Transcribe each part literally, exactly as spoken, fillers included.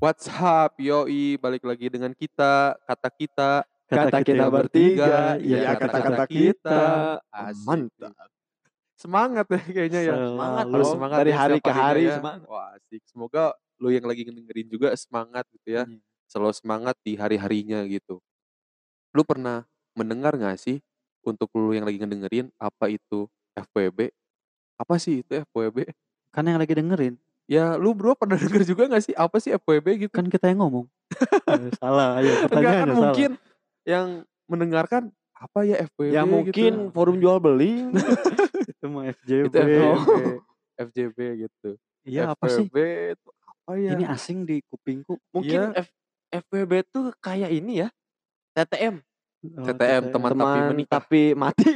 What's up, yoi, balik lagi dengan kita, kata kita, Kata kita bertiga, ya ya kata-kata kata-kata kita. kita. Asik. Mantap. Semangat ya kayaknya ya. Semangat Harus dong, semangat dari ya hari setiap ke harinya hari ya. semangat. Wah, asik. Semoga lu yang lagi dengerin juga semangat gitu ya. Iya. Selalu semangat di hari-harinya gitu. Lu pernah mendengar gak sih untuk lu yang lagi ngedengerin apa itu F W B? Apa sih itu F W B? Kan yang lagi dengerin, Ya lu bro pernah denger juga gak sih apa sih F W B gitu? kan kita yang ngomong. Eh, salah, ayo Enggak kan pertanyaannya salah. mungkin yang mendengarkan apa ya F W B Ya gitu. mungkin forum jual beli. Itu mah F J B. Itu F J B, Oh. F J B gitu. Iya apa sih? F W B itu apa ya? Ini asing di kupingku. Iya. Mungkin F FWB tuh kayak ini ya, T T M, Oh, T T M, teman tapi teman menikah. tapi mati.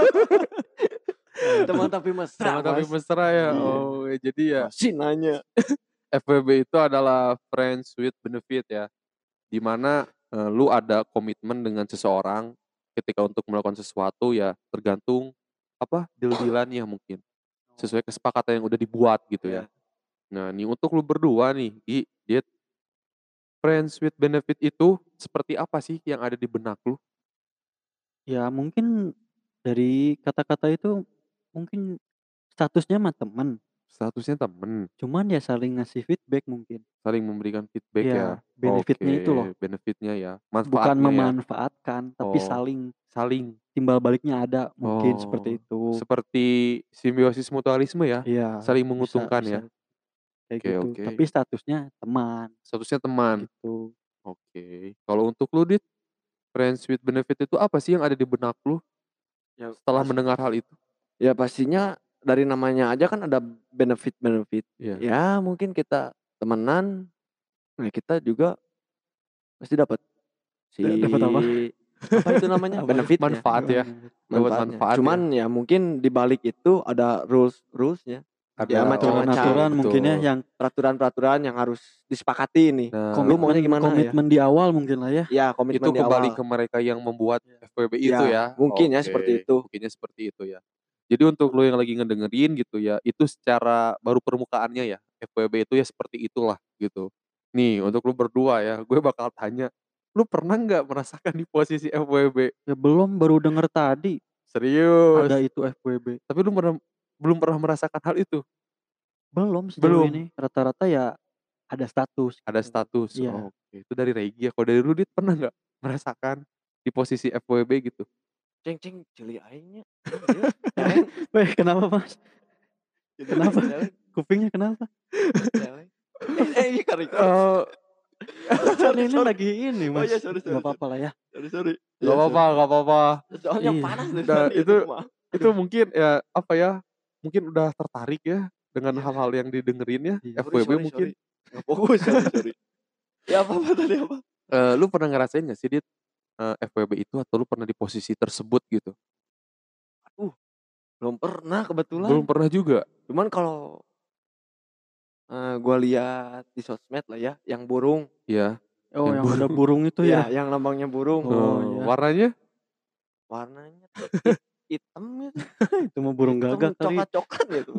Teman tapi mesra, Teman tapi Mas. mesra ya. Iya. Oh, ya jadi ya Masih nanya. F W B itu adalah friends with benefit ya. Di mana eh, lu ada komitmen dengan seseorang ketika untuk melakukan sesuatu ya tergantung apa deal-dealannya mungkin. Sesuai kesepakatan yang udah dibuat gitu ya. Ya. Nah, nih untuk lu berdua nih, Gi, Dit, friends with benefit itu seperti apa sih yang ada di benak lu? Ya mungkin dari kata-kata itu mungkin statusnya mah teman. Statusnya temen, Cuman ya saling ngasih feedback mungkin. saling memberikan feedback ya. Ya benefitnya Oke, itu loh. benefitnya ya, Bukan manfaatnya ya. memanfaatkan, tapi Oh, saling saling. timbal baliknya ada mungkin Oh, seperti itu. seperti simbiosis mutualisme ya, Iya, saling bisa menguntungkan bisa ya. kayak Oke, gitu. oke. Tapi statusnya teman Statusnya teman. gitu. Oke. Kalau untuk lu, Dit, friends with benefit itu apa sih yang ada di benak lu Ya, setelah pas- mendengar hal itu? ya pastinya dari namanya aja kan ada benefit-benefit. Iya. Ya mungkin kita temenan, nah kita juga pasti dapat si Da- dapat apa? apa itu namanya? Apa? Benefit Manfaat ya. Dapat manfaatnya. manfaat Cuman ya. ya mungkin di balik itu ada rules rulesnya. Ada Ya, macam-macam. aturan-aturan betul. mungkin ya yang Peraturan-peraturan yang harus disepakati nih. Nah, Lu maunya komitmen gimana ya? komitmen di awal mungkin lah ya. Ya komitmen itu di kembali awal. ke mereka yang membuat Ya. F W B itu Ya, ya. mungkin ya Oke, seperti itu. Mungkinnya seperti itu ya. Jadi untuk lo yang lagi ngedengerin gitu ya, itu secara baru permukaannya ya, F W B itu ya seperti itulah gitu. Nih untuk lu berdua ya, gue bakal tanya, lu pernah nggak merasakan di posisi F W B? Ya belum, baru denger tadi Serius? ada itu F W B. Tapi lu pernah, belum pernah merasakan hal itu? Belum sejauh Belum. ini. Rata-rata ya ada status. Ada gitu. status. Iya. Oh, oke. Itu dari Regi ya. Kalau dari Rudit pernah nggak merasakan di posisi F W B gitu? Ceng ceng celi aingnya. Weh, kenapa Mas? Kenapa? Kupingnya kenapa? Eh, ini kan record. Oh, Kan ini lagi ini Oh Mas. iya, sorry, sorry, Gak apa-apa lah ya. Sorry, sorry. nggak apa-apa, nggak apa-apa. Soalnya Iya. panas dari Nah, tadi itu rumah. itu mungkin ya apa ya? Mungkin udah tertarik ya dengan Iya. hal-hal yang didengerin ya. Iya. F W B Sorry, sorry, mungkin. sorry. Nggak fokus, sorry, sorry. Ya apa-apa tadi apa? Eh, lu pernah ngerasain gak sih Dit eh, F W B itu atau lu pernah di posisi tersebut gitu? Belum pernah kebetulan. Belum pernah juga. Cuman kalau eh, gua lihat di sosmed lah ya, yang burung. Iya. Oh, Yang yang ada burung itu Ya, ya. yang lambangnya burung. Oh, Eh, iya. Warnanya? Warnanya tuh hit- hitam gitu. Itu mah burung Hitam, gagak kali. coklat-coklat gitu.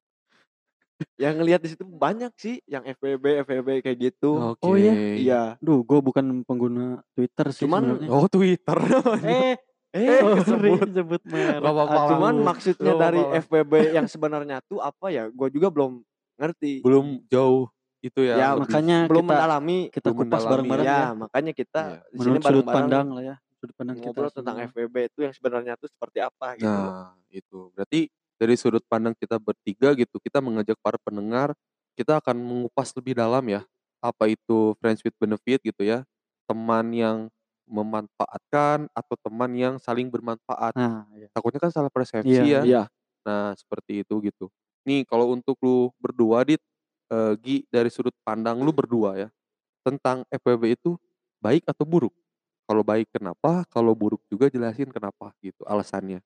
Yang ngelihat di situ banyak sih yang F W B F W B kayak gitu. Oke. Oh, iya? Iya. Duh, gue bukan pengguna Twitter sih Cuman- sebenarnya. Oh, Twitter namanya. Eh, Eh, oh, kesebut. sorry, sebut merek. Gak apa-apa Ah, lah. cuman maksudnya Gak dari apa-apa lah. F W B yang sebenarnya tuh apa ya? Gue juga belum ngerti. Belum jauh itu ya. Ya, lebih- makanya belum kita mendalami. kita belum kupas mendalami bareng-bareng Ya, ya. makanya kita Iya. di sini Menurut sudut bareng-bareng pandang lah ya. Sudut pandang kita ngobrol tentang semua. F W B itu yang sebenarnya tuh seperti apa gitu. Nah, itu. Berarti dari sudut pandang kita bertiga gitu, kita mengajak para pendengar, kita akan mengupas lebih dalam ya, apa itu friends with benefit gitu ya, teman yang memanfaatkan atau teman yang saling bermanfaat. Nah, iya. Takutnya kan salah persepsi ya. Iya, Iya. Nah, seperti itu gitu. Nih, kalau untuk lu berdua, Dit, eh, Gi, dari sudut pandang lu berdua ya, tentang F W B itu baik atau buruk? Kalau baik kenapa? Kalau buruk juga jelasin kenapa gitu, alasannya.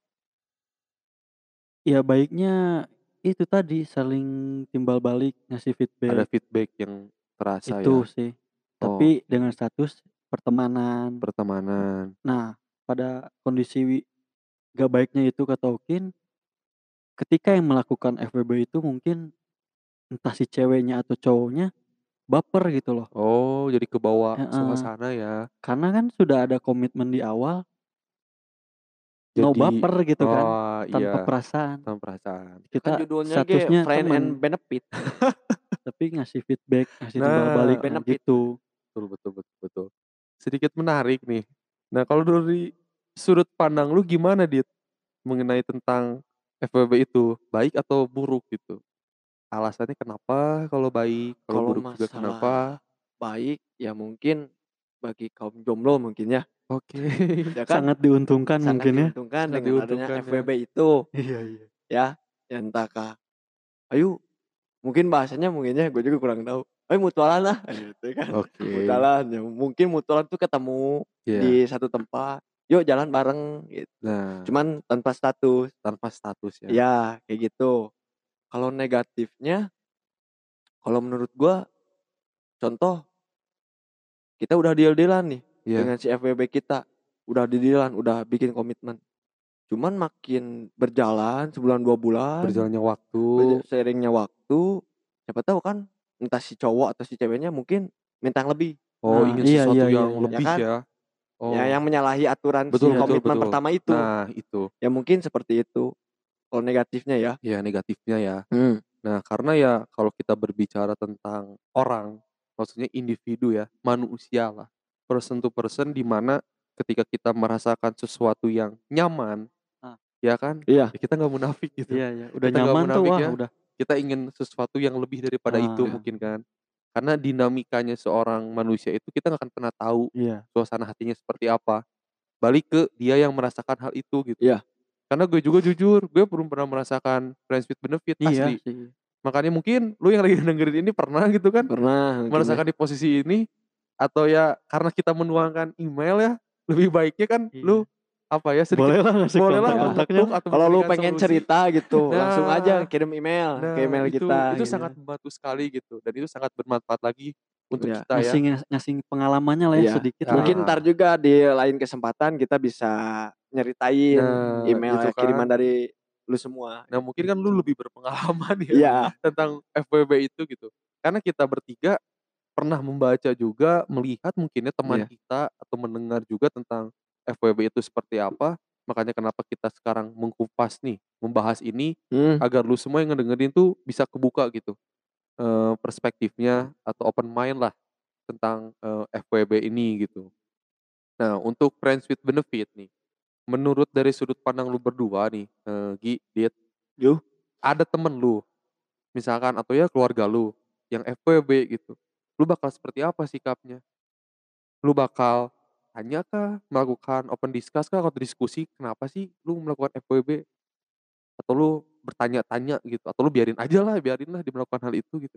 Ya baiknya itu tadi saling timbal balik, ngasih Ada feedback. feedback yang terasa Itu ya. sih. Oh, Tapi oke. dengan status pertemanan. Pertemanan. Nah, pada kondisi wi- gak baiknya itu kata Okin, ketika yang melakukan F W B itu mungkin entah si ceweknya atau cowoknya baper gitu loh. Oh, jadi kebawa Heeh. suasana ya. Karena kan sudah ada komitmen di awal. No Jadi baper gitu kan, oh tanpa iya, perasaan. tanpa perasaan. Kan Kita judulnya ge statusnya friend and temen, benefit. tapi ngasih feedback, ngasih timbal Nah, balik, nah Benefit. gitu. betul betul betul betul. Sedikit menarik nih. Nah, kalau dari sudut pandang lu gimana, Dit, mengenai tentang F W B itu, baik atau buruk gitu? Alasannya kenapa kalau baik, kalau Kalau buruk juga kenapa? masalah baik, ya mungkin bagi kaum jomblo mungkin ya. Oke. Ya kan? Sangat diuntungkan Sangat mungkin ya. diuntungkan Sangat dengan adanya diuntungkan F W ya. B itu, Iya iya. ya. Ya entahkah, ayo mungkin bahasanya mungkin ya, gue juga kurang tahu. Ayo mutualan lah, gitu kan. Oke. Mutualan, ya mungkin mutualan tuh ketemu Iya. di satu tempat, yuk jalan bareng gitu. Nah, Cuman tanpa status. tanpa status ya. Ya, kayak gitu. Kalau negatifnya, kalau menurut gua, contoh kita udah deal-deal-an nih Iya. dengan si F W B kita. Udah deal-deal-an, udah bikin komitmen. Cuman makin berjalan sebulan dua bulan, Berjalannya waktu. berja- seiringnya waktu, siapa tahu kan entah si cowok atau si ceweknya mungkin minta yang lebih. Oh, Nah, ingin iya sesuatu iya iya yang iya. Ya lebih kan? ya. Ya Oh, yang menyalahi aturan si betul Iya. betul komitmen betul. pertama itu. Nah, itu. Ya mungkin seperti itu. Kalau negatifnya ya. Ya negatifnya ya. Hmm. Nah, karena ya kalau kita berbicara tentang orang, maksudnya individu ya, manusia lah. Person to person di mana ketika kita merasakan sesuatu yang nyaman, Ah. ya kan? Iya. Ya kita nggak munafik gitu. Iya iya. Udah Kita nggak nyaman tuh munafik wah ya. udah. Kita ingin sesuatu yang lebih daripada itu Ah. mungkin kan. Karena dinamikanya seorang manusia itu kita nggak akan pernah tahu Iya. suasana hatinya seperti apa. Balik ke dia yang merasakan hal itu gitu. Iya. Karena gue juga jujur, gue belum pernah merasakan friends with benefit Iya asli. sih. Makanya mungkin lu yang lagi dengerin ini pernah gitu kan, Pernah mungkin ya. merasakan di posisi ini, atau ya karena kita menuangkan email ya, lebih baiknya kan lu Iya. apa ya, sedikit Boleh lah ngasih bolehlah kontak-kontaknya. mengetuk atau Kalau lu memberikan pengen solusi. cerita gitu, langsung aja Nah, kirim email ke nah email itu kita itu gitu. sangat membantu sekali gitu dan itu sangat bermanfaat lagi untuk Iya. kita ya. Ngasih ngas- ngasih pengalamannya lah ya Iya. sedikit lah. Mungkin Nah, ntar juga di lain kesempatan kita bisa nyeritain nah email itu ya, kiriman kan. dari lu semua. Nah mungkin kan lu Gitu. lebih berpengalaman ya Iya. tentang F W B itu gitu. Karena kita bertiga pernah membaca juga, melihat mungkin ya teman Iya. kita atau mendengar juga tentang F W B itu seperti apa. Makanya kenapa kita sekarang mengkupas nih, membahas ini Hmm. agar lu semua yang ngedengerin tuh bisa kebuka gitu eee, perspektifnya atau open mind lah tentang, eee, F W B ini gitu. Nah untuk friends with benefit nih, menurut dari sudut pandang lu berdua nih, eee, Gi, Dit, Yuh. ada temen lu misalkan atau ya keluarga lu yang F W B gitu, lu bakal seperti apa sikapnya? Lu bakal tanya kah, melakukan open discuss kah atau diskusi, kenapa sih lu melakukan F W B? Atau lu bertanya-tanya gitu, atau lu biarin aja lah, biarinlah dia melakukan hal itu gitu?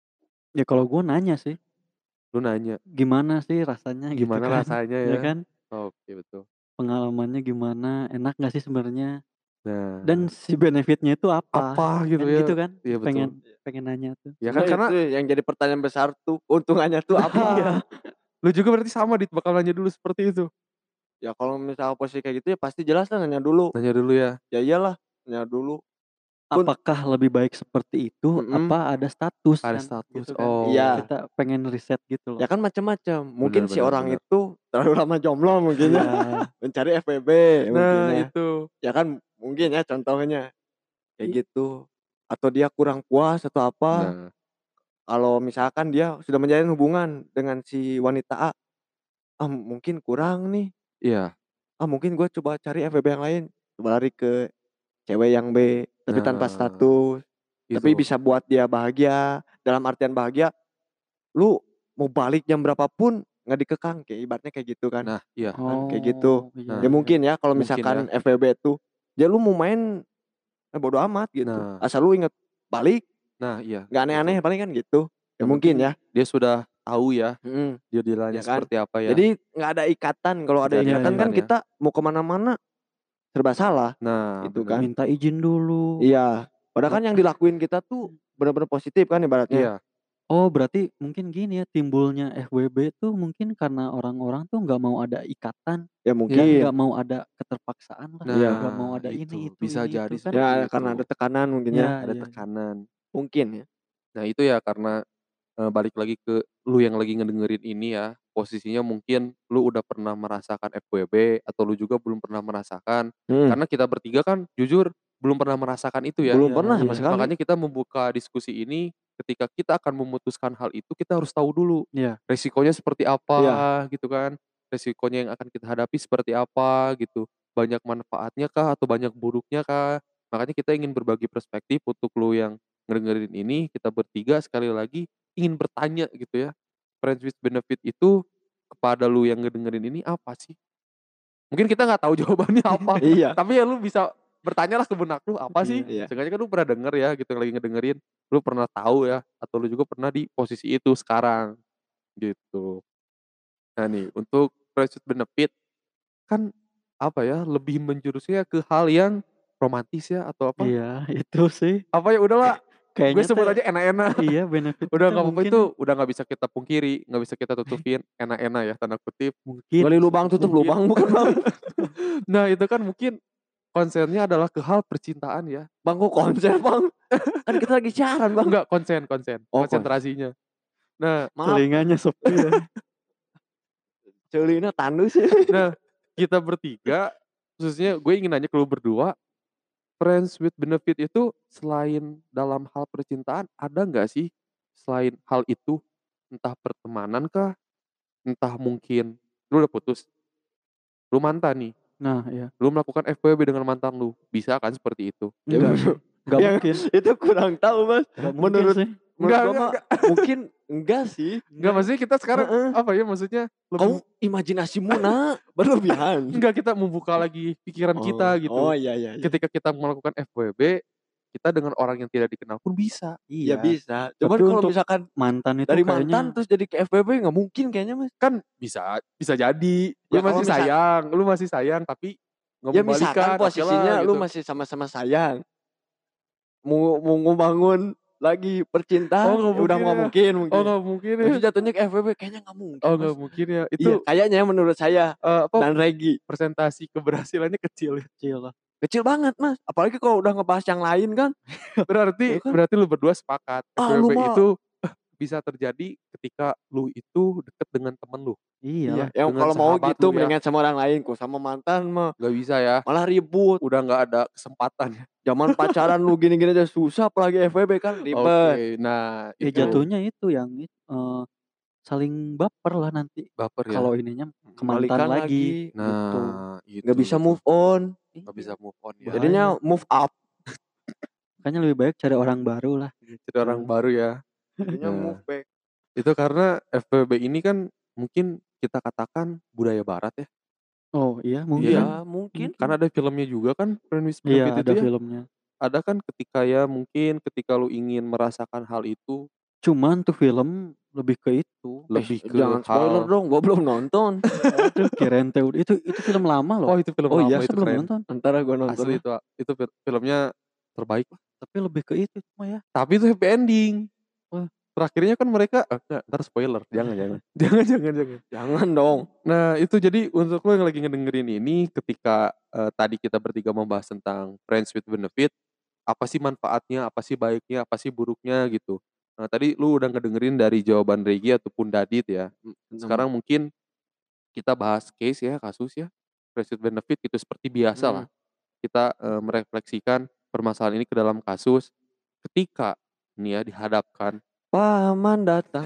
Ya kalau gue nanya sih, Lu nanya, gimana sih rasanya gitu gimana kan. rasanya Ya ya? kan? Oke betul. Pengalamannya gimana, enak gak sih sebenarnya? Dan Nah, si benefitnya itu apa? apa gitu Kan ya? gitu kan? Iya betul. Pengen pengen nanya tuh. Ya kan Sebenarnya karena itu yang jadi pertanyaan besar tuh, keuntungannya tuh iya, apa? lu juga berarti sama Dit, bakal nanya dulu seperti itu? Ya kalau misal posisi kayak gitu ya pasti jelas lah nanya dulu. Nanya dulu ya? Ya iyalah, nanya dulu. Pun Apakah lebih baik seperti itu mm-mm, apa ada status Ada kan status, gitu kan. iya. oh. Kita pengen riset gitu Ya loh. kan macam-macam. Mungkin Bener si bener orang bener. itu terlalu lama jomblo mungkin ya. Iya. Mencari F W B mungkin Nah ya. itu. Ya kan mungkin ya contohnya kayak I- gitu. Atau dia kurang puas atau apa. Nah, Kalau misalkan dia sudah menjalin hubungan dengan si wanita A, ah mungkin kurang nih. iya. Ah mungkin gue coba cari F W B yang lain. Coba lari ke cewek yang B, tapi tanpa Nah, status. Tapi itu. bisa buat dia bahagia. Dalam artian bahagia, lu mau balik jam berapapun nggak dikekang, kayak ibaratnya kayak gitu kan. Nah, iya. Kan kayak gitu. Oh iya Nah, Ya iya. mungkin ya kalau mungkin misalkan ya. F W B tuh, ya lu mau main eh, bodo amat gitu. Nah, Asal lu inget balik, nah iya, nggak aneh-aneh betul. paling kan gitu. Ya Yang mungkin penting ya. dia sudah tahu ya, Mm, dia dealannya ya kan. seperti apa ya. Jadi nggak ada ikatan. Kalau ada Tidak ada Iya, ikatan iya. kan ikatan ya. kita mau kemana-mana serba salah Nah, gitu bener. kan. Minta izin dulu. Iya. Padahal Nah, kan yang dilakuin kita tuh benar-benar positif kan ibaratnya. Iya. oh berarti mungkin gini ya timbulnya F W B tuh mungkin karena orang-orang tuh nggak mau ada ikatan Ya dan mungkin. nggak mau ada keterpaksaan lah, Iya. nggak mau Nah, ada itu ini itu bisa ini jadi itu kan. seperti Ya itu. karena ada tekanan mungkin ya. Ya Ada iya. tekanan. Mungkin ya. Nah, itu ya karena eee, balik lagi ke lu yang lagi ngedengerin ini ya, posisinya mungkin lu udah pernah merasakan F W B atau lu juga belum pernah merasakan. Mhm. Karena kita bertiga kan jujur belum pernah merasakan itu ya. Belum Iya pernah sama iya. sekali. Makanya kita membuka diskusi ini ketika kita akan memutuskan hal itu, kita harus tahu dulu Iya. resikonya seperti Iya. apa gitu kan, resikonya yang akan kita hadapi seperti apa gitu, banyak manfaatnya kah atau banyak buruknya kah. Makanya kita ingin berbagi perspektif untuk lu yang ngedengerin ini, kita bertiga sekali lagi ingin bertanya gitu ya, friends with benefit itu kepada lu yang ngedengerin ini apa sih? Mungkin kita nggak tahu jawabannya apa, Iya. tapi ya lu bisa bertanyalah ke benak lu, apa sih? Iya. Iya. Seenggaknya kan lu pernah denger ya gitu yang lagi ngedengerin, lu pernah tahu ya, atau lu juga pernah di posisi itu sekarang, gitu. Nah nih, untuk friends with benefit, kan apa ya, lebih menjurusnya ke hal yang romantis ya atau apa? Iya, itu sih. Apa ya udahlah, gue Kayaknya sebut teh aja enak-enak. iya benefitnya Udah teh nggak apa-apa mungkin itu, udah nggak bisa kita pungkiri, nggak bisa kita tutupin, enak-enak ya tanda kutip. mungkin Gali lubang tutup Mungkin. lubang bukan Bang? Nah itu kan mungkin konsennya adalah ke hal percintaan ya. Bang kok konsen Bang? Kan kita lagi siaran Bang. Enggak, konsen konsen, Oh, konsen. konsentrasinya. Nah, Maaf. telinganya sepi ya. Ceulina tandus ya. nah kita bertiga, khususnya gue ingin nanya ke lu berdua, friends with benefit itu selain dalam hal percintaan, ada nggak sih selain hal itu? Entah pertemanan kah, entah mungkin lu udah putus, lu mantan nih, Nah, iya. lu melakukan F W B dengan mantan lu, bisa kan seperti itu? Enggak sih. Enggak Ya, mungkin. itu kurang tahu Mas. Enggak mungkin Menurut sih. menurut Enggak, gua enggak, mah mungkin enggak sih. Enggak, maksudnya kita sekarang Heeh. apa ya, maksudnya Kamu lebih imajinasimu nak berlebihan. enggak, kita membuka lagi pikiran kita Oh, gitu. oh iya iya iya. Ketika kita melakukan F W B, kita dengan orang yang tidak dikenal pun bisa. Ya Iya. bisa. Cuman Tapi kalau untuk misalkan mantan itu dari kayaknya mantan terus jadi ke F W B nggak mungkin kayaknya Mas. Kan bisa, bisa jadi. Lu Ya, kalau masih misal- sayang, lu masih sayang tapi nggak Ya mau misalkan balikan, oke posisinya lah lu gitu. masih sama-sama sayang. Mau mau ngebangun lagi percintaan Oh, nggak ya udah mungkin nggak ya. mungkin Oh mungkin. nggak mungkin ya. Terus jatuhnya ke F W B kayaknya nggak mungkin. Oh Mas. nggak mungkin ya. Iya, Itu kayaknya menurut saya eh, apa dan Regi persentasi keberhasilannya kecil ya. kecil lah. kecil banget Mas. Apalagi kalau udah ngebahas yang lain kan. Berarti Ya kan? berarti lu berdua sepakat Ah, F W lu B mah- itu bisa terjadi ketika lu itu deket dengan temen lu. Iyalah. Iya, yang dengan kalau mau sahabat gitu lu ya. mendingan sama orang lain. Kok sama mantan mah Gak bisa ya. malah ribut. Udah nggak ada kesempatan ya. Zaman pacaran lu gini-gini aja susah apalagi F W B kan Oke, ribet. nah Ya itu jatuhnya itu yang eh, saling baper lah nanti. baper ya. Kalau ininya ke mantan Balikan lagi, gitu. Nah, itu Nggak bisa betul. move on. Nggak bisa move on ya. Bahaya. Jadinya move up. Makanya lebih baik cari orang baru lah. Jadi orang baru ya. Jadinya Nah. move back. Itu karena F W B ini kan mungkin kita katakan budaya barat ya. Oh iya mungkin. Iya, Iya, mungkin. Karena ada filmnya juga kan, Friends with Iya Benefit ada itu ya. filmnya. Ada kan ketika ya mungkin ketika lu ingin merasakan hal itu, Cuman tuh film lebih ke itu. lebih Eh, ke jangan spoiler hal. dong, gua belum nonton. Aduh kirain teh udah- itu itu film lama loh. Oh itu film Oh, lama iya, itu Saya belum keren. nonton. Antara gua nonton. Asli itu itu fil- filmnya terbaik lah. Tapi lebih ke itu cuma ya. Tapi itu happy ending. Oh. Terakhirnya kan mereka eh, enggak, ntar spoiler. Jangan jangan. jangan jangan jangan. Jangan dong. Nah itu jadi untuk lo yang lagi ngedengerin ini, ketika eh, tadi kita bertiga membahas tentang Friends with Benefit, apa sih manfaatnya, apa sih baiknya, apa sih buruknya gitu. Nah tadi lu udah ngedengerin dari jawaban Regi ataupun Dadit ya. Sekarang mungkin kita bahas case ya, kasus ya, Friends with Benefit gitu seperti biasa lah. Kita eh, merefleksikan permasalahan ini ke dalam kasus. Ketika nih ya dihadapkan, Paman datang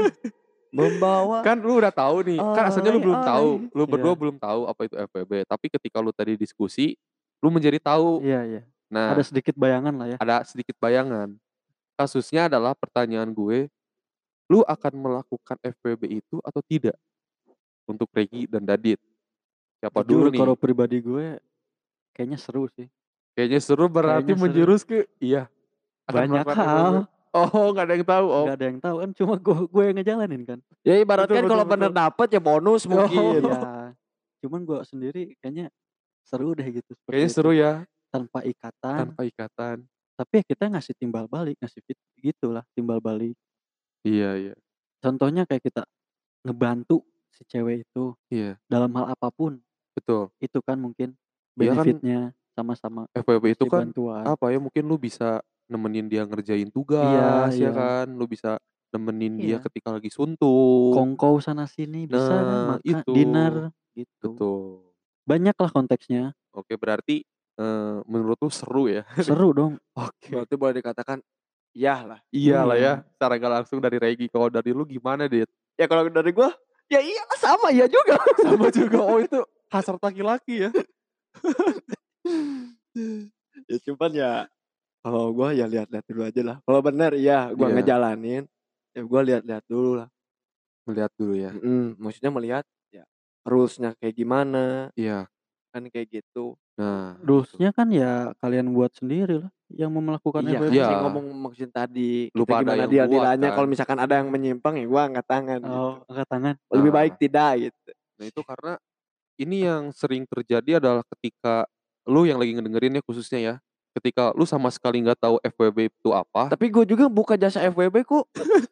membawa kan lu udah tahu nih, kan asalnya lu belum oleh-oleh. tahu, lu berdua Iya. belum tahu apa itu F W B. Tapi ketika lu tadi diskusi, lu menjadi tahu. Iya iya. Nah, Ada sedikit bayangan lah ya. ada sedikit bayangan. Kasusnya adalah pertanyaan gue, lu akan melakukan F W B itu atau tidak? Untuk Regi dan Dadit. Siapa dulu Jujur nih? kalau pribadi gue kayaknya seru sih. Kayaknya seru berarti Kayaknya seru. menjurus ke iya. akan Banyak melakukan F W B. hal. Oh, nggak ada yang tahu. Oh, Nggak ada yang tahu kan cuma gue gue yang ngejalanin kan. Ya ibaratkan Betul, kalau betul, bener betul. dapet ya bonus mungkin. Iya. Cuman gue sendiri kayaknya seru deh gitu. seperti kayaknya itu. seru ya, Tanpa ikatan. tanpa ikatan. Tapi ya kita ngasih timbal balik, ngasih fit gitulah timbal balik. Iya, iya. Contohnya kayak kita ngebantu si cewek itu Iya, dalam hal apapun. betul. Itu kan mungkin Iya kan, benefitnya sama-sama F W B itu ngasih kan bantuan. apa ya, mungkin lu bisa nemenin dia ngerjain tugas Iya, ya iya. kan, lu bisa nemenin dia Iya. ketika lagi suntuk. Kongkow sana sini bisa kan, Nah, maka itu. dinner gitu. Betul. Banyaklah konteksnya. Oke, berarti, eee, menurut lu seru ya? Seru dong. Oke. Berarti boleh dikatakan iyalah. Iyalah ya, Iya. secara nggak langsung dari Regi. Kalau dari lu gimana, Dit? Ya kalau dari gua, ya iyalah sama, iya juga. Sama juga. Oh, itu hasrat laki-laki ya? Ya cuman ya, kalau gua ya lihat-lihat dulu aja lah. Kalau bener iya gua Iya. ngejalanin, ya gua lihat-lihat dulu lah. Melihat dulu ya? Mhm, maksudnya melihat ya rules-nya kayak gimana, Iya. kan kayak gitu. Nah, itu. Rules-nya kan ya kalian buat sendiri lah yang mau melakukan Iya kan F W B. saya Iya. ngomong maksud tadi, Lu kita pada gimana yang buat deal-deal-annya kalau kan? misalkan ada yang menyimpang ya gua angkat tangan gitu. Oh, angkat tangan. Lebih Nah. baik tidak gitu. Nah, itu karena ini yang sering terjadi adalah ketika lu yang lagi ngedengerin ya khususnya ya, ketika lu sama sekali nggak tahu F W B itu apa. Tapi gua juga buka jasa F W B kok.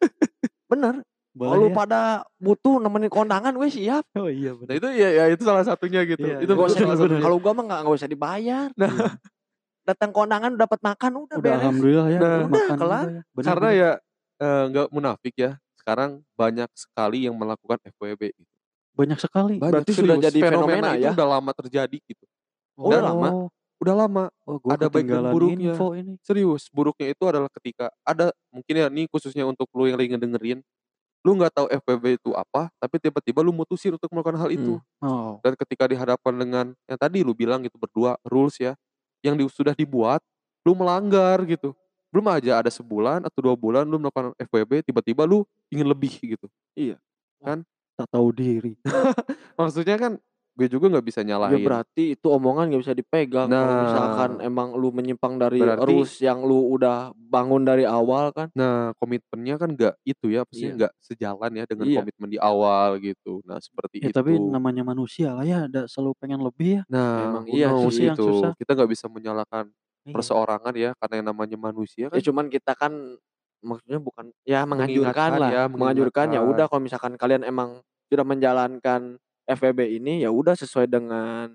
Bener. Kalau Boleh lu ya? pada butuh nemenin kondangan gue siap. Oh iya Nah, bener. itu ya ya itu salah satunya gitu. Iya, Itu iya. Gak betul usah, salah Bener-bener. satunya. kalau gua mah nggak nggak usah dibayar. Nah, Iya. Datang kondangan dapat makan udah Udah beres. alhamdulillah ya, Nah, Udah makan kelar. udah ya. Bener, karena bener. ya eee, nggak munafik ya, sekarang banyak sekali yang melakukan F W B gitu. Banyak sekali. Banyak, Berarti sudah serius. jadi fenomena itu ya? udah lama terjadi gitu. Oh, udah Dan lama? udah lama. Oh, gua Ada baik dan ketinggalan buruknya. info ini. Serius, buruknya itu adalah ketika ada mungkin ya nih khususnya untuk lu yang lagi ngedengerin, lu nggak tahu F W B itu apa, tapi tiba-tiba lu mutusin untuk melakukan hal itu. Hmm. Oh. Dan ketika dihadapkan dengan yang tadi lu bilang gitu berdua, rules ya, yang di sudah dibuat, lu melanggar gitu. Belum aja ada sebulan atau dua bulan lu melakukan F W B, tiba-tiba lu ingin lebih gitu. Iya. Kan? Tak tahu diri. Maksudnya kan gue juga nggak bisa Ya nyalahin. berarti itu omongan nggak bisa dipegang. Kalau misalkan Nah, emang lu menyimpang dari berarti rules yang lu udah bangun dari awal kan. nah komitmennya kan nggak itu ya, maksudnya Iya. nggak sejalan ya dengan Iya. komitmen di awal gitu. Nah, seperti Ya tapi itu. namanya manusia lah ya, ada selalu pengen lebih ya. Nah, Emang who iya knows Itu sih yang sih. itu. susah. Kita nggak bisa menyalahkan Iya. perseorangan ya, karena yang namanya manusia Ya kan cuman kita kan maksudnya bukan ya mengingatkan menganjurkan lah, ya, menganjurkan ya udah mengingatkan. kalau misalkan kalian emang sudah menjalankan F W B ini ya udah sesuai dengan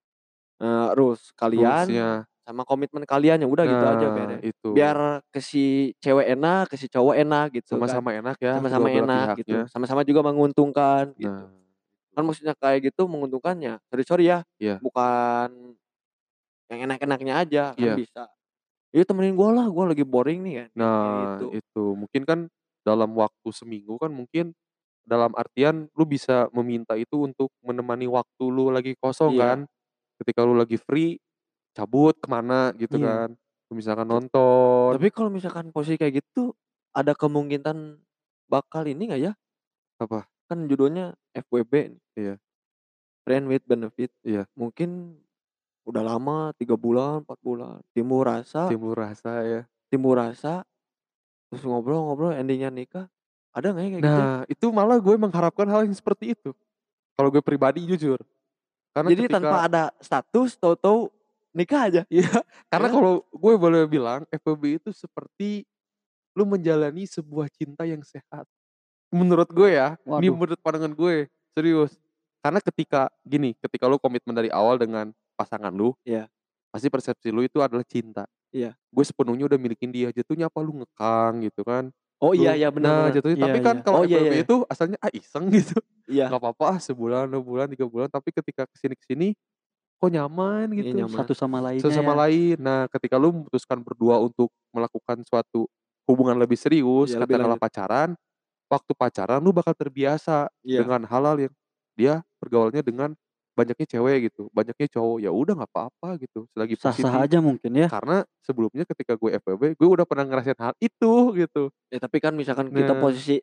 eee, rules kalian Rules-nya. sama komitmen kalian, ya udah gitu aja Nah, beres. itu. Biar ke si cewek enak, ke si cowok enak gitu kan. Sama-sama enak ya, kedua Sama-sama belah enak pihaknya. gitu, sama-sama juga menguntungkan gitu. Nah, Kan itu. maksudnya kayak gitu menguntungkannya, sorry-sorry ya, Iya. bukan yang enak-enaknya aja, kan Iya. bisa. "Ya temenin gua lah, gua lagi boring nih," kan kayak Nah, gitu. itu. Mungkin kan dalam waktu seminggu kan mungkin dalam artian lu bisa meminta itu untuk menemani waktu lu lagi kosong Iya. kan. Ketika lu lagi free, cabut ke mana gitu Iya. kan. Misalkan Ta nonton. tapi kalau misalkan posisi kayak gitu, ada kemungkinan bakal ini nggak ya? Apa? Kan judulnya F W B nih. Iya. Friend with benefit. Iya. Mungkin udah lama tiga bulan, empat bulan, timbul rasa Timbul rasa ya. timbul rasa, terus ngobrol-ngobrol ending-nya nikah, ada nggak ya kayak gitu? Nah, itu malah gue mengharapkan hal yang seperti itu. Kalau gue pribadi jujur. Karena Jadi ketika tanpa ada status, tahu-tahu nikah aja? Iya, karena Ya kan? kalau gue boleh bilang F W B itu seperti lu menjalani sebuah cinta yang sehat. Menurut gue ya, ini Waduh. menurut pandangan gue, serius. Karena ketika gini, ketika lu komitmen dari awal dengan pasangan lu, Iya. pasti persepsi lu itu adalah cinta. Iya. Gue sepenuhnya udah milikin dia, jatuhnya apa lu ngekang gitu kan. Oh iya Lu iya, bener nah bener. jatuhnya Iya, tapi kan iya. kalau Oh F iya W B iya. itu asalnya, ah iseng gitu. Iya. Nggak apa-apa ah sebulan, dua bulan, tiga bulan, tapi ketika kesini kesini kok nyaman Iya gitu. nyaman. Satu sama lainnya Satu sama ya. lain. Nah, ketika lu memutuskan berdua untuk melakukan suatu hubungan lebih serius, Iya, lebih katakanlah lanjut. pacaran, waktu pacaran lu bakal terbiasa Iya. dengan hal-hal yang dia pergaulannya dengan banyaknya cewek gitu, banyaknya cowok, ya udah nggak apa-apa gitu, selagi Sah-sah positif. aja mungkin ya. Karena sebelumnya ketika gue F W B, gue udah pernah ngerasain hal itu gitu. Ya tapi kan misalkan kita Nah, posisi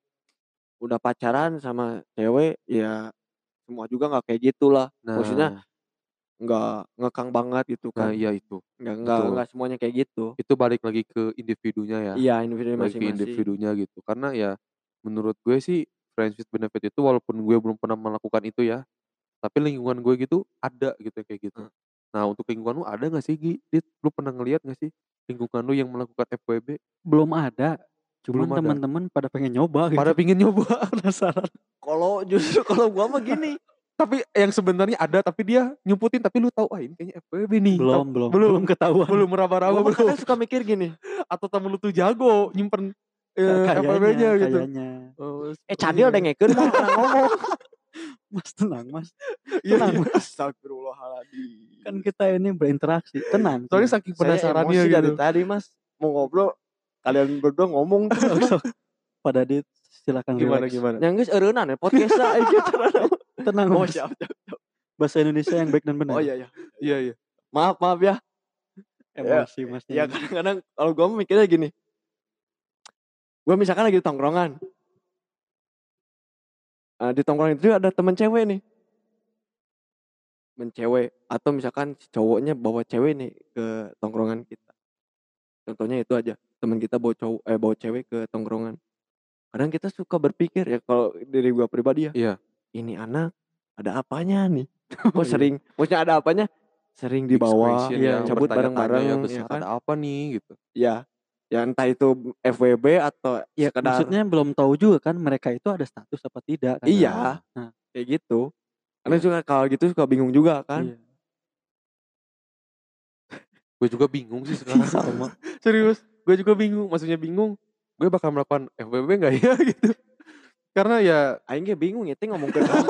udah pacaran sama cewek, ya semua juga nggak kayak gitulah. Maksudnya nah, nggak ngekang banget gitu nah kan. iya itu, Nggak nggak betul. nggak semuanya kayak gitu. Itu balik lagi ke individunya ya, Iya, individu balik ke masing-masing. individunya gitu. Karena ya menurut gue sih friends with benefit itu walaupun gue belum pernah melakukan itu ya, tapi lingkungan gue gitu ada gitu kayak gitu. Heeh. Nah, untuk lingkungan lu ada nggak sih Gi? Dit, lu pernah ngelihat nggak sih lingkungan lu yang melakukan F W B? Belum ada. Belum Cuman ada. teman-teman pada pengen nyoba gitu. Pada pingin nyoba. Penasaran. Kalau justru kalau gua mah gini, Tapi yang sebenarnya ada tapi dia nyumputin tapi lu tahu ah ini kayaknya F W B nih. Belum, Tap- belum. belum Belum ketahuan. belum meraba-raba gua mah belum. kadang suka mikir gini, Atau temen lu tuh jago nyimpen eee, Kayaknya, F-W-B-nya gitu. kayaknya. Oh, Eh seperti cadel itu ya. dengekeun lah orang ngomong. Mas tenang Mas, Iya tenang iya. Mas. Astagfirullahaladzim. Kan kita ini berinteraksi, tenang, Soalnya tenang. saking Saya penasarannya emosi dari gitu. tadi Mas, mau ngobrol kalian berdua ngomong terus Sok Mas. sok. Pak Dadit silakan Gimana rileks. gimana? Nya geus eureunnan ya podcast-na aing kieu carana. Tenang Oh Mas. siap siap siap. Bahasa Indonesia yang baik dan Oh benar. iya iya. Iya iya. Maaf maaf ya. Ya, Emosi Masnya ya ini. kadang-kadang kalau gua mah mikirnya gini. Gua misalkan lagi di tongkrongan. Eee, di tongkrongan itu ada temen cewek nih. Temen cewek atau misalkan si cowoknya bawa cewek nih ke tongkrongan kita. Contohnya itu aja, temen kita bawa cowok eh bawa cewek ke tongkrongan. Kadang kita suka berpikir ya kalau diri gua pribadi ya, Iya. ini anak ada apanya nih? Oh Kok iya. sering maksudnya ada apanya? Sering Big dibawa, question Iya, ya, iya. cabut bertanya-tanya ya, bareng-bareng "Besok ya kan. ada apa nih?" Gitu. Ya, ya entah itu F W B atau Ya sekedar maksudnya belum tahu juga kan mereka itu ada status apa tidak kan. iya, Nah, kayak gitu. Karena Iya. juga kalau gitu suka bingung juga kan. iya. Gue juga bingung sih sekarang. Sama. Serius, gue juga bingung. Maksudnya bingung, gue bakal melakukan F W B nggak ya gitu. Karena ya Aing ge bingung ya teh ngomongkeun apa.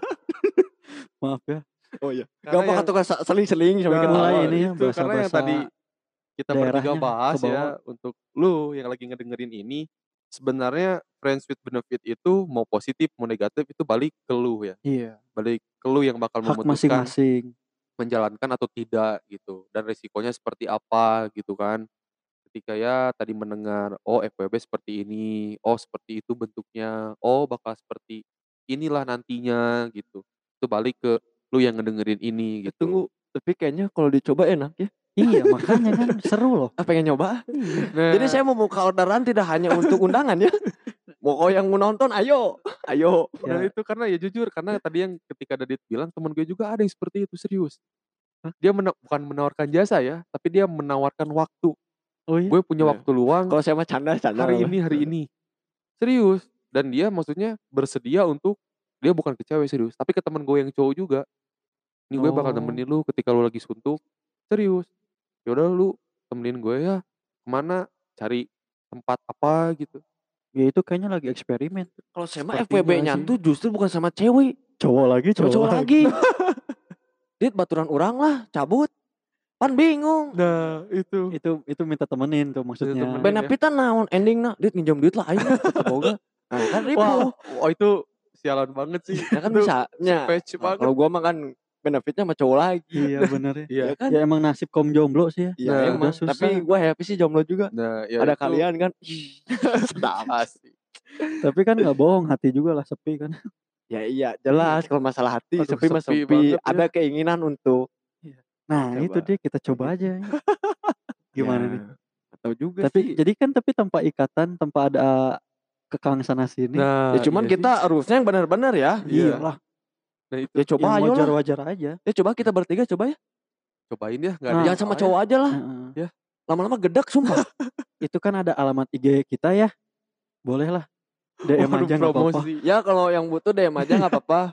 Maaf ya. Oh iya. Karena Gampang yang- atuh ka seling-seling sampai Nah, ketawa. Mulai ini ya itu karena yang bahasa-bahasa tadi kita bertiga daerahnya bahas kebawa. ya, untuk lu yang lagi ngedengerin ini, sebenarnya friends with benefit itu mau positif mau negatif itu balik ke lu ya. Iya. Balik ke lu yang bakal Hak memutuskan masing-masing. menjalankan atau tidak gitu. Dan resikonya seperti apa gitu kan. Ketika ya tadi mendengar, oh F W B seperti ini, oh seperti itu bentuknya, oh bakal seperti inilah nantinya gitu. Itu balik ke lu yang ngedengerin ini Eh, gitu. tunggu, tapi kayaknya kalau dicoba enak ya. Iya, makanya kan seru loh. Ah, pengen nyoba. Iya. Nah, Jadi saya mau buka orderan tidak hanya untuk undangan ya. Mau yang mau nonton ayo, ayo. nah Ya. itu karena ya jujur, karena tadi yang ketika Dadit bilang temen gue juga ada yang seperti itu, serius. Dia mena- bukan menawarkan jasa ya, tapi dia menawarkan waktu. Oh iya. Gue punya Iya. waktu luang Kalau saya mah canda-canda. hari ini, hari ini. Serius. Dan dia maksudnya bersedia untuk, dia bukan ke cewek serius, tapi ke temen gue yang cowok juga. Ini gue bakal Oh. temenin lu ketika lu lagi suntuk. Serius. Yaudah lu temenin gue ya, kemana, cari tempat apa gitu. Ya itu kayaknya lagi eksperimen. Kalau saya mah F W Sepertinya B-nya sih. tuh justru bukan sama cewek, Cowok lagi, sama cowok, cowok lagi. Dit baturan orang lah, cabut. Pan bingung. Nah itu. Itu itu minta temenin tuh maksudnya. temenin. Benefitan naon endingna, dit minjem duit lah aing teu boga. Nah, kan ribu. Wah, oh itu sialan banget sih. Ya kan Itu bisa nya. patch Nah, banget. kalau gua mah kan benefitnya sama cowok lagi. Iya bener ya. Iya. Ya kan? Ya emang nasib kaum jomblo sih ya. Iya Nah, emang, udah susah. tapi gua happy sih jomblo juga. Nah, ya Ada itu kalian kan. Ih, sedap. asik. Tapi kan nggak bohong, hati juga lah sepi kan. Ya iya, jelas kalau masalah hati Aduh, sepi mah sepi sepi. banget ya. Ada keinginan untuk Nah Coba. itu deh kita coba aja. Gimana ya, nih? atau juga Tapi sih. jadi kan tapi tanpa ikatan, tanpa ada kekang sana sini. Nah, Ya cuman iya kita sih. harusnya yang benar-benar ya. Iya. Iyalah. Nah itu Ya coba Yang ayo lah. wajar-wajar aja. Ya coba kita bertiga coba ya. cobain ya, nggak ada Nah, yang Jangan sama salah cowok aja lah. Heeh. Lama-lama gedek sumpah. Itu kan ada alamat I G kita ya. Boleh lah. D ya. M Waduh, aja nggak apa-apa. promosi. Ya kalau yang butuh D M aja nggak apa-apa.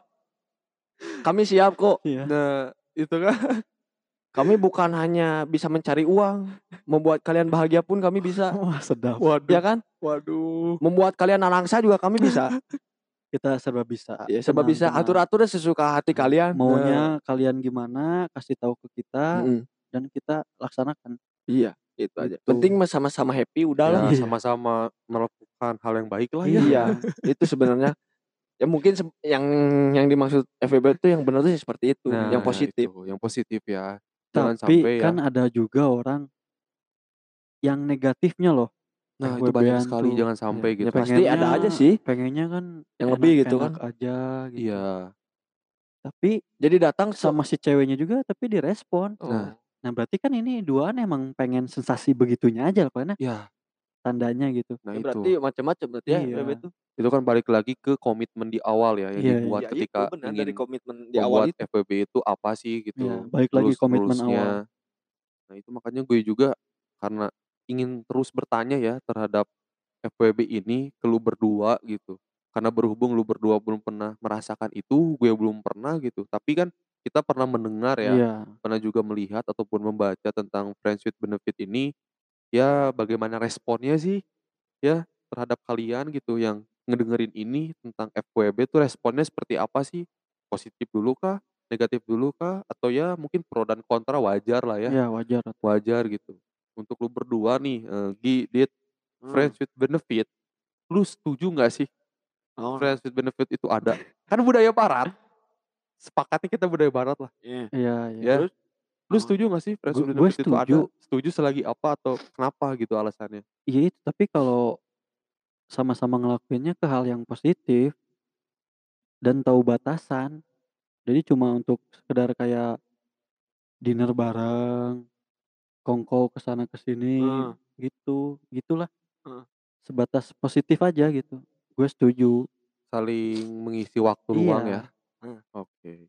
Kami siap kok. Iya. Nah itu kan. Kami bukan hanya bisa mencari uang, membuat kalian bahagia pun kami bisa. Wah sedap. Waduh. Ya kan? Waduh. Membuat kalian narangsa juga kami bisa. Kita serba bisa. Ya sebab Tenang, bisa tenang. atur-atur sesuka hati kalian. Maunya kalian gimana, kasih tahu ke kita Mm-mm. dan kita laksanakan. Iya, itu aja. Gitu. Penting mah sama-sama happy udahlah. Ya Iya. sama-sama melakukan hal yang baik lah ya. Iya, itu sebenarnya. Ya mungkin se- yang yang dimaksud F W B itu yang benar tuh seperti itu, Nah, yang positif. itu, yang positif ya. Jangan Tapi sampai kan ya. ada juga orang yang negatifnya loh. Nah itu banyak F W B-an sekali, tuh. jangan sampai Ya, gitu. ya pasti ada Pengennya- aja sih Pengennya kan yang lebih gitu enak-enak kan. aja gitu. Iya. Tapi Jadi datang so- sama si ceweknya juga tapi direspon. Oh. Nah. Nah berarti kan ini duaan emang pengen sensasi begitunya aja karena Ya. tandanya gitu. Nah ya itu. berarti macam-macam berarti ya Iya. F W B itu. Itu kan balik lagi ke komitmen di awal ya, yang Iya, dibuat Ya ketika itu benar ingin dari komitmen di awal membuat itu. F W B itu apa sih gitu. Iya, balik lagi rules- komitmen rules-nya. awal. Nah itu makanya gue juga karena ingin terus bertanya ya terhadap F W B ini ke lu berdua gitu. Karena berhubung lu berdua belum pernah merasakan itu, gue belum pernah gitu. Tapi kan kita pernah mendengar ya, Iya. pernah juga melihat ataupun membaca tentang friends with benefit ini, ya bagaimana responnya sih, ya terhadap kalian gitu yang ngedengerin ini tentang F W B tuh responnya seperti apa sih? Positif dulu kah? Negatif dulu kah? Atau ya mungkin pro dan kontra wajar lah ya, Iya wajar atuh. wajar gitu. Untuk lu berdua nih, eee, Gi, Dit, Hmm. friends with benefit, lu setuju nggak sih Oh. friends with benefit itu ada? Kan budaya barat, sepakatnya kita budaya barat lah. Iya. Iya iya. Ya, Terus? lu Oh. setuju nggak sih friends Gu with gue benefit itu ada? setuju. Setuju selagi apa atau kenapa gitu alasannya? Iya itu, tapi kalau sama-sama ngelakuinnya ke hal yang positif dan tahu batasan. Jadi cuma untuk sekedar kayak dinner bareng, kongko ke sana ke sini, Heeh. gitu, gitulah. Heeh. Sebatas positif aja gitu. Gue setuju. Saling mengisi waktu luang ya? Iya. Heeh. Oke.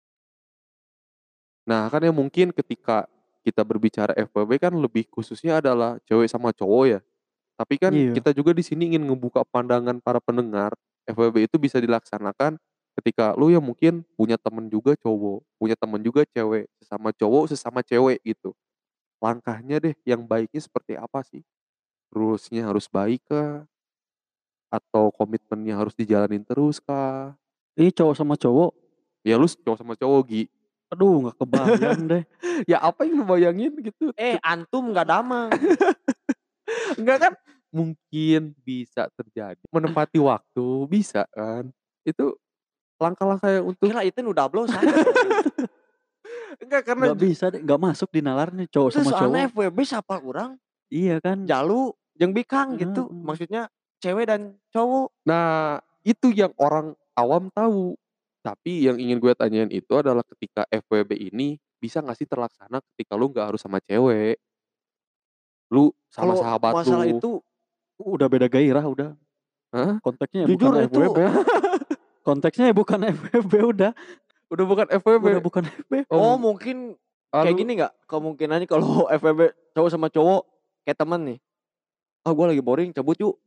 Nah, kan ya mungkin ketika kita berbicara F W B kan lebih khususnya adalah cewek sama cowok ya. Tapi kan Iya. kita juga di sini ingin ngebuka pandangan para pendengar, F W B itu bisa dilaksanakan ketika lu ya mungkin punya temen juga cowok, punya temen juga cewek, sesama cowok, sesama cewek gitu. Langkahnya deh yang baiknya seperti apa sih? Rules-nya harus baik kah? Atau komitmennya harus dijalanin terus kah? Ini cowok sama cowok. Ya lu cowok sama cowok, Gi. Aduh nggak kebayang deh. Ya apa yang lu bayangin gitu? Eh, antum nggak damang. Enggak kan? Mungkin bisa terjadi. Menempati waktu, bisa kan? Itu langkah-langkah yang untuk Kira itu udah blow saya. enggak karena Nggak ju bisa deh, nggak masuk di nalar nih cowok Terus sama soalnya cowok. F W B siapa urang? Iya kan? Jalu jeung bikang gitu. Heeh. Maksudnya cewek dan cowok. Nah, itu yang orang awam tahu. Tapi yang ingin gue tanyain itu adalah ketika F W B ini bisa nggak sih terlaksana ketika lu nggak harus sama cewek? Lu sama Kalau sahabat masalah lu. itu Udah beda gairah udah. Hah? Konteksnya ya Jujur bukan itu. F W B. Konteksnya ya bukan F W B udah. Udah bukan F W B. Udah bukan F W B. Oh, Oh, mungkin ah, kayak lu gini nggak? Kemungkinannya kalau F W B cowok sama cowok kayak temen nih. Ah, gua lagi boring, cabut yuk.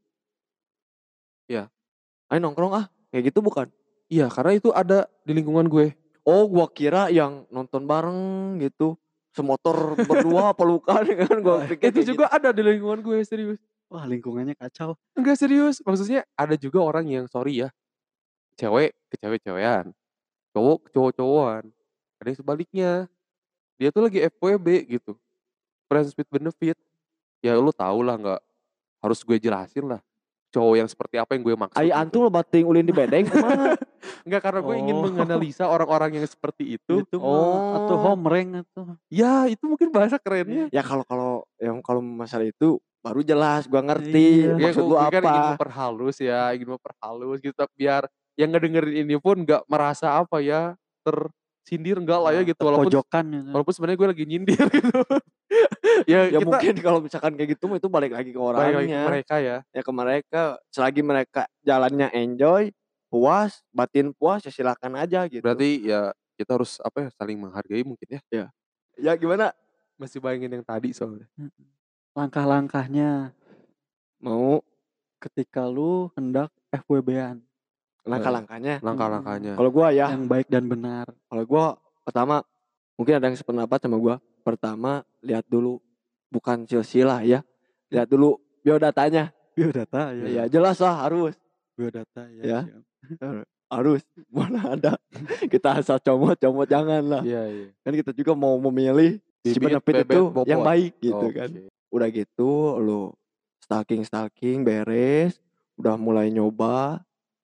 Iya. Ayo nongkrong ah. Kayak gitu bukan? Iya, karena itu ada di lingkungan gue. Oh, gua kira yang nonton bareng gitu. Semotor berdua pelukan kan gua pikir Itu kayak juga ada di lingkungan gue, serius. Wah lingkungannya kacau. Enggak serius, maksudnya ada juga orang yang sorry ya, cewek ke cewek-cewekan, cowok ke cowok-cowokan. Ada yang sebaliknya, dia tuh lagi F W B gitu, friends with benefit. Ya lu tau lah nggak harus gue jelasin lah, cowok yang seperti apa yang gue maksud Ai gitu. antum bating ulin di bedeng kumaha? Enggak, karena gue ingin Oh. menganalisa orang-orang yang seperti itu. Itu mah Oh. atau homreng atau. Ya itu mungkin bahasa kerennya. Ya kalau kalau yang kalau masalah itu baru jelas gua ngerti Iya. Ya maksud gue, lu gue kan ingin apa. memperhalus ya, ingin memperhalus gitu biar yang ngedengerin ini pun nggak merasa apa ya, tersindir enggak lah ya gitu, walaupun Terpojokan gitu. walaupun sebenarnya gue lagi nyindir gitu. Ya, Ya kita mungkin kalau misalkan kayak gitu itu balik lagi ke balik lagi ke orangnya. mereka ya. Ya ke mereka, selagi mereka jalannya enjoy, puas, batin puas ya silakan aja gitu. Berarti ya kita harus apa ya, saling menghargai mungkin ya. Ya gimana? Masih bayangin yang tadi soalnya. Langkah-langkahnya Mau ketika lu hendak F W B-an. langkah-langkahnya. Langkah-langkahnya. Kalau gua ya, Yang baik dan benar. kalau gua pertama mungkin ada yang sependapat sama gua. Pertama lihat dulu, bukan silsilah ya. Lihat dulu biodatanya. Biodata ya. Ya jelas lah harus. Biodata ya. Ya. siap. Harus. Mana ada. Kita asal comot-comot jangan lah. Iya, iya. Kan kita juga mau memilih si Bibit, benefit bebet, itu bobot. yang baik gitu Oke. kan. Udah gitu lu stalking-stalking beres, udah mulai nyoba,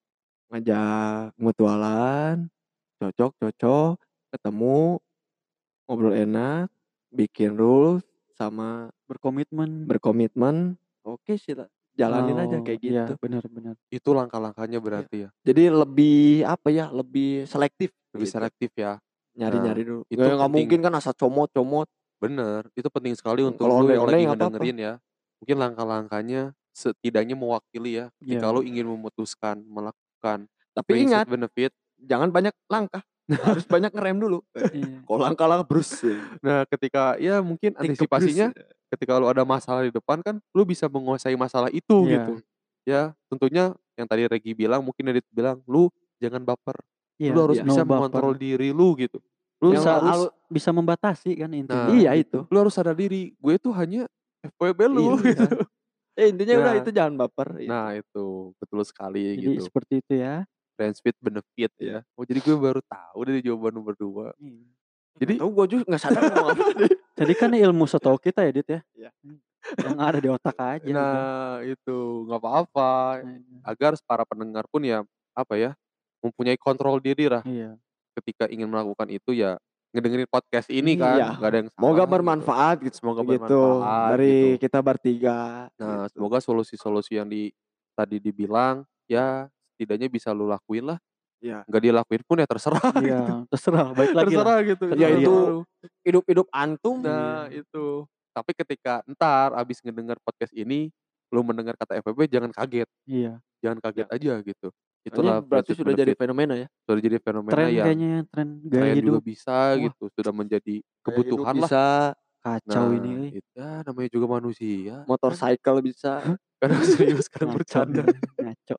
ngajak mutualan, cocok-cocok, ketemu, ngobrol enak, bikin rules sama Berkomitmen. berkomitmen. Oke sih lah, jalanin aja Oh, kayak iya, gitu. benar-benar. Itu langkah-langkahnya berarti ya. Jadi lebih apa ya, lebih selektif. Lebih gitu. selektif ya. Nyari-nyari Nah, dulu. itu Ya, nggak penting. mungkin kan asal comot-comot. Bener, itu penting sekali untuk Kalau lu yang onde-onde lagi nggak apa-apa. ngedengerin ya. Mungkin langkah-langkahnya setidaknya mewakili ya. Ketika Iya. lu ingin memutuskan melakukan Tapi friends ingat, with benefit. jangan banyak langkah. Harus banyak ngerem dulu. Iya. Kalau langkah-langkah brus. Nah, ketika ya mungkin antisipasinya ketika lu ada masalah di depan kan lu bisa menguasai masalah itu Iya. gitu. Ya, tentunya yang tadi Regi bilang, mungkin Edit bilang, lu jangan baper. Iya, Lu harus iya. bisa no mengontrol baper. diri lu gitu. Lu Yang Bisa harus alu- bisa membatasi kan intinya. Nah, Iya gitu. itu. lu harus sadar diri, gue tuh hanya F W B lu Iya. gitu. Eh, intinya udah Nah itu jangan baper, nah itu. itu, betul sekali Jadi gitu. seperti itu ya. Friends with benefit ya. Oh jadi gue baru tahu dari jawaban lu berdua. Iya. Nggak Jadi tahu gua juga nggak sadar ngomong apa tadi. Jadi kan ilmu setahu kita ya, Dit, ya. Iya. Mmm, yang ada di otak aja udah. Nah itu, nggak apa-apa. Heeh. Agar para pendengar pun ya, apa ya, mempunyai kontrol diri lah. Iya. Ketika ingin melakukan itu ya ngedengerin podcast ini kan, Iya, nggak ada yang semoga salah gitu. bermanfaat git Semoga gitu bermanfaat dari gitu. kita bertiga, Nah, gitu. semoga solusi-solusi yang di tadi dibilang, ya setidaknya bisa lu lakuin lah. Iya. Nggak dilakuin pun ya terserah gitu. Iya, terserah, balik lagi lah. Terserah gitu, itu Ya Terserah terserah itu lu. hidup-hidup antum. Nah Iya. itu. Tapi ketika entar abis ngedenger podcast ini, lu mendengar kata F W B jangan kaget. Iya. Jangan kaget Ya. aja gitu. Soalnya Itulah friends berarti with sudah jadi benefit. fenomena ya. Sudah jadi fenomena Tren yang kayaknya ya, tren gaya tren juga hidup. bisa Wah. gitu, sudah menjadi Gaya hidup kebutuhan lah. bisa. Kacau ini Nah, euy. it ya namanya juga manusia kan. Motorcycle bisa. Kadang serius, kadang Ngaco bercanda. ini, ngaco.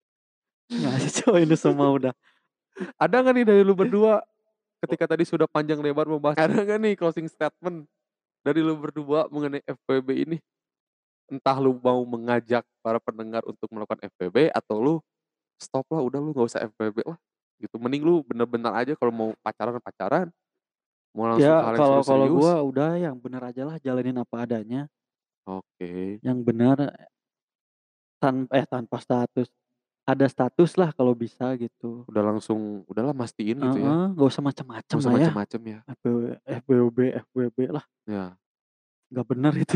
Ngaco ini semua udah. Ada nggak nih dari lu berdua, ketika tadi sudah panjang lebar membahas, ada nggak nih closing statement dari lu berdua mengenai F W B ini? Entah lu mau mengajak para pendengar untuk melakukan F W B atau lu stop lah, udah lu nggak usah F W B lah, gitu. Mending lu bener-bener aja kalau mau pacaran, pacaran. Mau langsung ke Ya hal yang kalau kalau serius-serius. gua udah yang bener aja lah, jalanin apa adanya. Oke. Yang bener tan eh tanpa status. Ada status lah kalau bisa gitu. Udah langsung, udahlah mastiin gitu ya. Heeh, nggak usah macem-macem Nggak usah lah ya. macem-macem ya. FW FWB FWB lah. Ya. Nggak bener itu.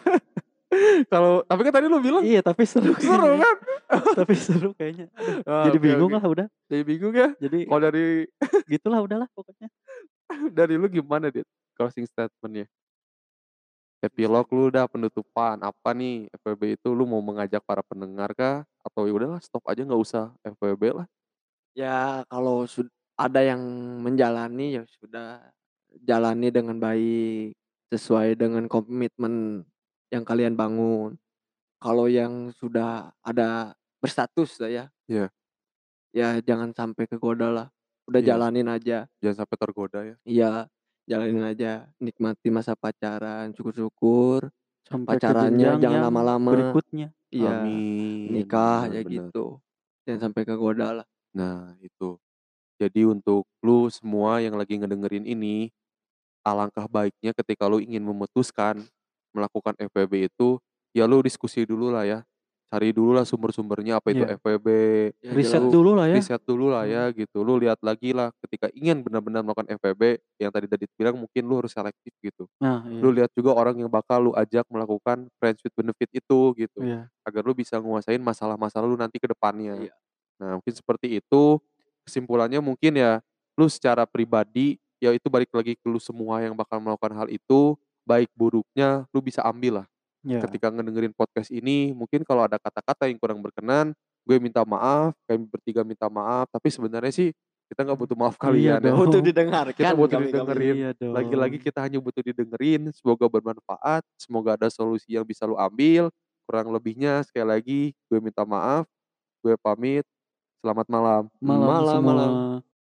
Kalau tapi kan tadi lu bilang Iya tapi seru seru kayaknya. kan? Tapi seru kayaknya. Aduh, Ah, jadi oke bingung oke. lah udah. Jadi bingung ya? Jadi Kalau dari gitulah udahlah pokoknya. dari lu gimana, Dit, closing statement-nya? Epilog lu dah, penutupan. Apa nih F W B itu, lu mau mengajak para pendengar kah? Atau ya udahlah stop aja nggak usah F W B lah? Ya kalau sud ada yang menjalani ya sudah, jalani dengan baik, sesuai dengan komitmen yang kalian bangun. Kalau yang sudah ada berstatus lah ya. Iya. Ya jangan sampai kegoda lah. Udah Iya. jalanin aja. Jangan sampai tergoda ya. Iya, jalanin aja, nikmati masa pacaran, syukur-syukur Sampai ke pacarannya jenjang jangan yang lama-lama. berikutnya. Iya, Amin, nikah bener ya bener. gitu. Jangan sampai kegoda lah. Nah itu. Jadi untuk lu semua yang lagi ngedengerin ini, alangkah baiknya ketika lu ingin memutuskan melakukan F W B itu, ya lu diskusi dulu lah ya. Cari dulu lah sumber-sumbernya apa itu Iya. F W B. Ya Riset jelas. Lu dulu lah ya. riset dulu lah ya Hmm. gitu. Lu lihat lagi lah ketika ingin benar-benar melakukan F W B, yang tadi Dadit bilang mungkin lu harus selektif gitu. Nah, Lu iya. lihat juga orang yang bakal lu ajak melakukan friends with benefit itu gitu. Iya. Agar lu bisa nguasain masalah-masalah lu nanti ke depannya. Iya. Nah mungkin seperti itu. Kesimpulannya mungkin ya, lu secara pribadi, ya itu balik lagi ke lu semua yang bakal melakukan hal itu, baik buruknya lu bisa ambil lah. Iya. Ketika ngedengerin podcast ini, mungkin kalau ada kata-kata yang kurang berkenan, gue minta maaf, kami bertiga minta maaf, tapi sebenarnya sih kita nggak butuh maaf Iya kalian ya. Butuh dong. didengarkan Kita butuh kami-kami. didengerin. Iya Lagi-lagi dong. kita hanya butuh didengerin, semoga bermanfaat, semoga ada solusi yang bisa lu ambil. Kurang lebihnya sekali lagi gue minta maaf, gue pamit, selamat malam. Malam Malam, malam. semua.